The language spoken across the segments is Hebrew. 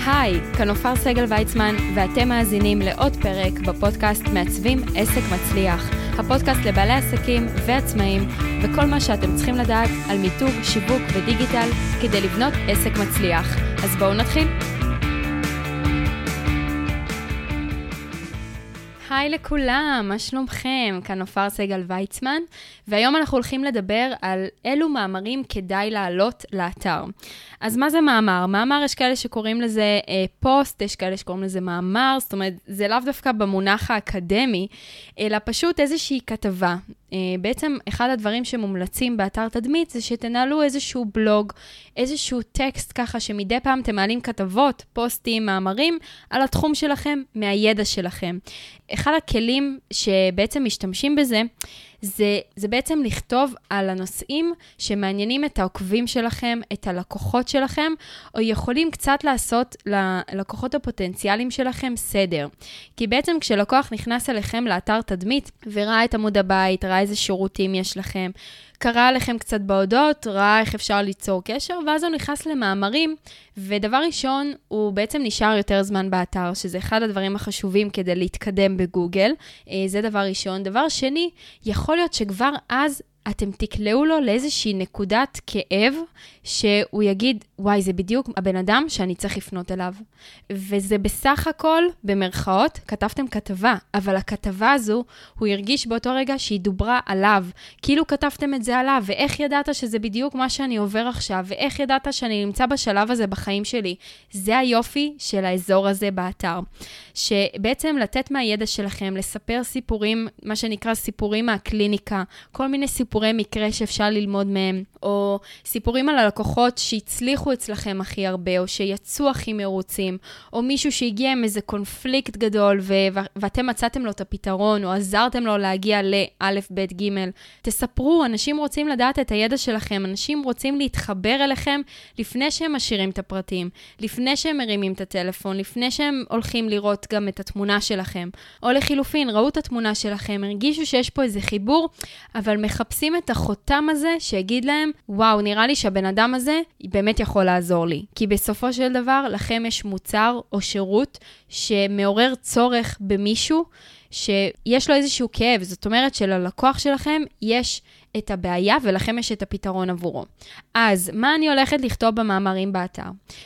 היי, כאן עופר סגל ויצמן, ואתם מאזינים לעוד פרק בפודקאסט מעצבים עסק מצליח. הפודקאסט לבעלי עסקים ועצמאים, וכל מה שאתם צריכים לדעת על מיתוג, שיווק ודיגיטל כדי לבנות עסק מצליח. אז בואו נתחיל. היי לכולם, מה שלומכם? כאן עופר סגל ויצמן, והיום אנחנו הולכים לדבר על אילו מאמרים כדאי לעלות לאתר. אז מה זה מאמר? מאמר, יש כאלה שקוראים לזה פוסט, יש כאלה שקוראים לזה מאמר, זאת אומרת, זה לאו דווקא במונח האקדמי, אלא פשוט איזושהי כתבה. בעצם אחד הדברים שמומלצים באתר תדמית זה שתנהלו איזשהו בלוג, איזשהו טקסט ככה שמדי פעם אתם מעלים כתבות, פוסטים, מאמרים על התחום שלכם, מהידע שלכם. אחד הכלים שבעצם משתמשים בזה, זה בעצם לכתוב על הנושאים שמעניינים את העוקבים שלכם, את הלקוחות שלכם, או יכולים קצת לעשות ללקוחות הפוטנציאליים שלכם סדר. כי בעצם כשלקוח נכנס אליכם לאתר תדמית, וראה את עמוד הבית, ראה איזה שירותים יש לכם, קרא עליכם קצת בהודות, ראה איך אפשר ליצור קשר, ואז הוא נכנס למאמרים, ודבר ראשון, הוא בעצם נשאר יותר זמן באתר, שזה אחד הדברים החשובים כדי להתקדם בגוגל. זה דבר ראשון. דבר שני, יכול להיות שכבר אז אתם תקלעו לו לאיזושהי נקודת כאב, שהוא יגיד, וואי, זה בדיוק הבן אדם שאני צריך לפנות אליו. וזה בסך הכל, במרכאות, כתבתם כתבה, אבל הכתבה הזו, הוא ירגיש באותו רגע שהיא דוברה עליו, כאילו כתבתם את זה עליו, ואיך ידעת שזה בדיוק מה שאני עובר עכשיו, ואיך ידעת שאני נמצא בשלב הזה בחיים שלי. זה היופי של האזור הזה באתר. שבעצם לתת מהידע שלכם, לספר סיפורים, מה שנקרא סיפורים מהקליניקה, כל מיני סיפורי מקרה שאפשר ללמוד מהם, או סיפורים על הלקוחות שהצליחו אצלכם הכי הרבה, או שיצאו הכי מרוצים, או מישהו שהגיע עם איזה קונפליקט גדול, ואתם מצאתם לו את הפתרון, או עזרתם לו להגיע לאלף, בית, ג'. תספרו, אנשים רוצים לדעת את הידע שלכם, אנשים רוצים להתחבר אליכם, לפני שהם משאירים את הפרטים, לפני שהם מרימים את הטלפון, לפני שהם הולכים לראות גם את התמונה שלכם, או לחילופין, ראו את התמונה שלכם, הרגישו שיש פה איזה חיבור, אבל מחפשים את החותם הזה שיגיד להם, וואו, נראה לי שהבן אדם הזה באמת יכול לעזור לי. כי בסופו של דבר, לכם יש מוצר או שירות שמעורר צורך במישהו שיש לו איזשהו כאב. זאת אומרת שללקוח שלכם יש את הבעיה ולכם יש את הפתרון עבורו. אז מה אני הולכת לכתוב במאמרים באתר?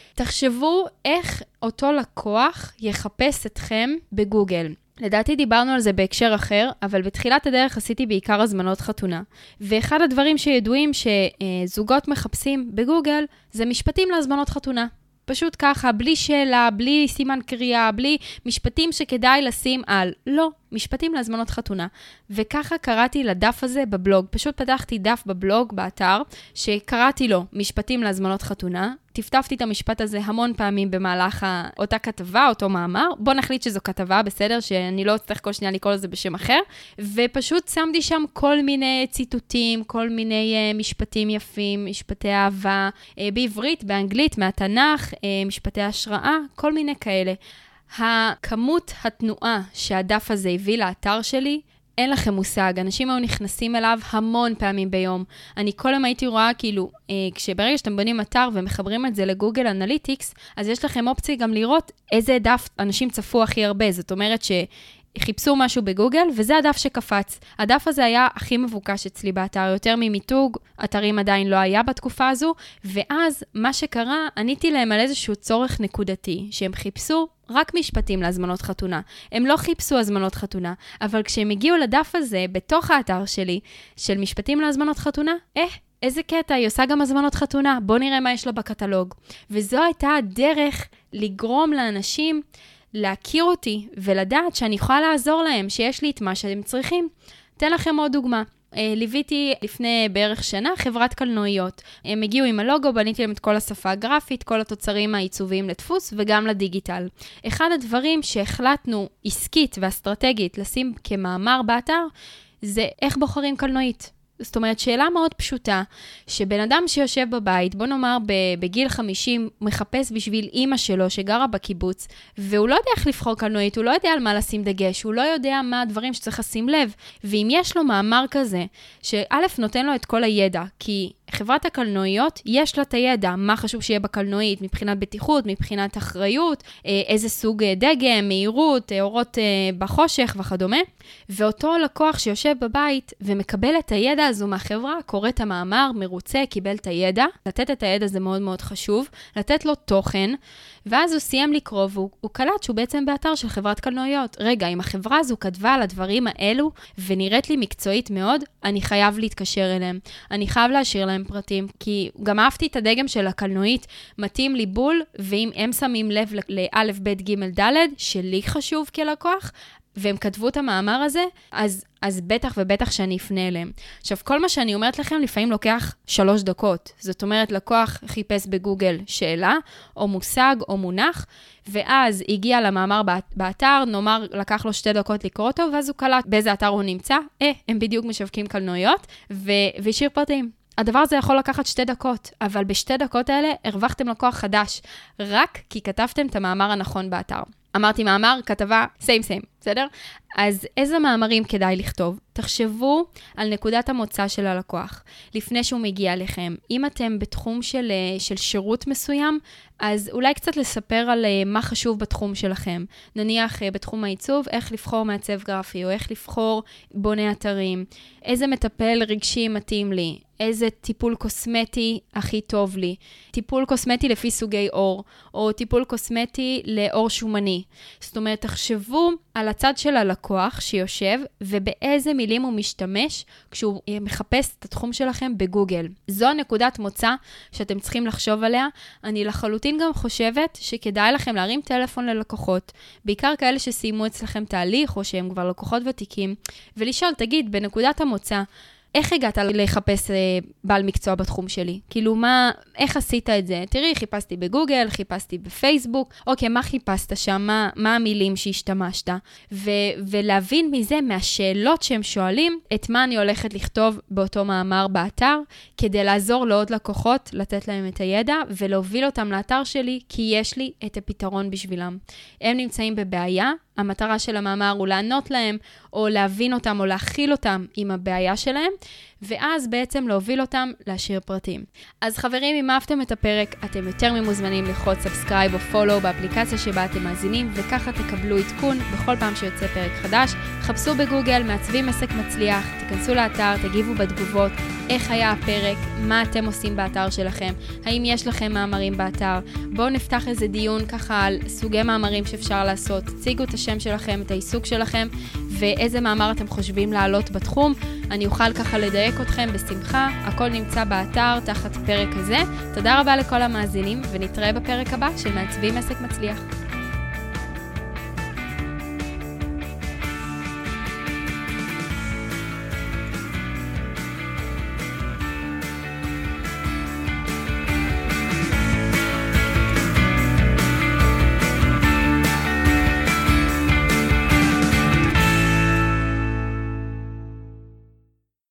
תחשבו איך אותו לקוח יחפש אתכם בגוגל. לדעתי דיברנו על זה בהקשר אחר, אבל בתחילת הדרך עשיתי בעיקר הזמנות חתונה. ואחד הדברים שידועים שזוגות מחפשים בגוגל, זה משפטים להזמנות חתונה. פשוט ככה, בלי שאלה, בלי סימן קריאה, בלי משפטים שכדאי לשים על. לא, משפטים להזמנות חתונה. וככה קראתי לדף הזה בבלוג. פשוט פתחתי דף בבלוג, באתר, שקראתי לו משפטים להזמנות חתונה. טפטפתי את המשפט הזה המון פעמים במהלך אותה כתבה, אותו מאמר. בוא נחליט שזו כתבה, בסדר, שאני לא אצטרך כל שנייה לקרוא לזה בשם אחר. ופשוט שמתי שם כל מיני ציטוטים, כל מיני משפטים יפים, משפטי אהבה, בעברית, באנגלית, מהתנ"ך, משפטי השראה, כל מיני כאלה. הכמות התנועה שהדף הזה הביא לאתר שלי, אין לכם מושג, אנשים היו נכנסים אליו המון פעמים ביום. אני כל יום הייתי רואה כאילו, כשברגע שאתם בונים אתר ומחברים את זה לגוגל אנליטיקס, אז יש לכם אופציה גם לראות איזה דף אנשים צפו הכי הרבה. זאת אומרת שחיפשו משהו בגוגל, וזה הדף שקפץ. הדף הזה היה הכי מבוקש אצלי באתר, יותר ממיתוג, אתרים עדיין לא היה בתקופה הזו, ואז מה שקרה, עניתי להם על איזשהו צורך נקודתי, שהם חיפשו רק משפטים להזמנות חתונה. הם לא חיפשו הזמנות חתונה, אבל כשהם הגיעו לדף הזה, בתוך האתר שלי, של משפטים להזמנות חתונה, איזה קטע, היא עושה גם הזמנות חתונה, בוא נראה מה יש לו בקטלוג. וזו הייתה הדרך לגרום לאנשים להכיר אותי, ולדעת שאני יכולה לעזור להם, שיש לי את מה שהם צריכים. אתן לכם עוד דוגמה. ליוויתי לפני בערך שנה חברת קלנועיות. הם הגיעו עם הלוגו, בניתי להם את כל השפה הגרפית, כל התוצרים העיצוביים לדפוס וגם לדיגיטל. אחד הדברים שהחלטנו עסקית ואסטרטגית לשים כמאמר באתר, זה איך בוחרים קלנועית. זאת אומרת, שאלה מאוד פשוטה, שבן אדם שיושב בבית, בוא נאמר בגיל 50, מחפש בשביל אמא שלו שגרה בקיבוץ, והוא לא יודע איך לבחור קלנועית, הוא לא יודע על מה לשים דגש, הוא לא יודע מה הדברים שצריך לשים לב. ואם יש לו מאמר כזה, שא' נותן לו את כל הידע, כי חברת הקלנועיות, יש לה את הידע, מה חשוב שיהיה בקלנועית, מבחינת בטיחות, מבחינת אחריות, איזה סוג דגם, מהירות, אורות בחושך וכדומה. ואותו לקוח שיושב בבית ומקבל את הידע הזו מהחברה, קורא את המאמר, מרוצה, קיבל את הידע. לתת את הידע זה מאוד מאוד חשוב, לתת לו תוכן, ואז הוא סיים לקרוא, והוא קלט שהוא בעצם באתר של חברת קלנועיות. רגע, אם החברה הזו כתבה על הדברים האלו, ונראית לי מקצועית מאוד, אני חייב להתקשר אליהם. אני חייב להשאיר להם פרטים, כי גם אהבתי את הדגם של הקלנועית, מתאים לי בול, ואם הם שמים לב לאלף, בית, ג', ד', שלי חשוב כלקוח, והם כתבו את המאמר הזה, אז בטח ובטח שאני אפנה אליהם. עכשיו, כל מה שאני אומרת לכם לפעמים לוקח 3 דקות. זאת אומרת, לקוח חיפש בגוגל שאלה, או מושג, או מונח, ואז הגיע למאמר באתר, נאמר, לקח לו 2 דקות לקרוא אותו, ואז הוא קלט באיזה אתר הוא נמצא. הם בדיוק משווקים קלנועיות, והשאיר פרטים. הדבר הזה יכול לקחת 2 דקות, אבל ב2 דקות האלה הרווחתם לקוח חדש, רק כי כתבתם את המאמר הנכון באתר. אמרתי מאמר, כתבה, same, בסדר? אז איזה מאמרים כדאי לכתוב? תחשבו על נקודת המוצא של הלקוח, לפני שהוא מגיע לכם. אם אתם בתחום של שירות מסוים, אז אולי קצת לספר על מה חשוב בתחום שלכם. נניח בתחום העיצוב, איך לבחור מעצב גרפי, או איך לבחור בונה אתרים, איזה מטפל רגשי מתאים לי, איזה טיפול קוסמטי הכי טוב לי, טיפול קוסמטי לפי סוגי אור, או טיפול קוסמטי לאור שומני. זאת אומרת, תחשבו על הצד של הלקוח שיושב, ובאיזה מילים הוא משתמש כשהוא מחפש את התחום שלכם בגוגל. זו נקודת מוצא שאתם צריכים לחשוב עליה. אני לחלוטין גם חושבת שכדאי לכם להרים טלפון ללקוחות, בעיקר כאלה שסיימו אצלכם תהליך, או שהם כבר לקוחות ותיקים, ולשאול, תגיד, בנקודת המוצא, איך הגעת לחפש בעל מקצוע בתחום שלי? כאילו, איך עשית את זה? תראי, חיפשתי בגוגל, חיפשתי בפייסבוק, אוקיי, מה חיפשת שם? מה המילים שהשתמשת? ולהבין מזה, מהשאלות שהם שואלים, את מה אני הולכת לכתוב באותו מאמר באתר, כדי לעזור לעוד לקוחות, לתת להם את הידע, ולהוביל אותם לאתר שלי, כי יש לי את הפתרון בשבילם. הם נמצאים בבעיה, המטרה של המאמר הוא לענות להם, או להבין אותם, או להכיל אותם עם הבעיה שלהם, ואז בעצם להוביל אותם להשאיר פרטים. אז חברים, אם אהבתם את הפרק, אתם יותר ממוזמנים ללחוץ סאבסקרייב או פולו באפליקציה שבה אתם מאזינים, וככה תקבלו עדכון בכל פעם שיוצא פרק חדש. חפשו בגוגל, מעצבים עסק מצליח, תיכנסו לאתר, תגיבו בתגובות, איך היה הפרק, מה אתם עושים באתר שלכם, האם יש לכם מאמרים באתר, בואו נפתח איזה דיון ככה על סוגי מאמרים שאפשר לעשות, תציגו את השם שלכם, את העיסוק שלכם, ואיזה מאמר אתם חושבים לעלות בתחום. אני אוכל ככה לדייק אתכם בשמחה, הכל נמצא באתר תחת פרק הזה. תודה רבה לכל המאזינים, ונתראה בפרק הבא של מעצבים עסק מצליח.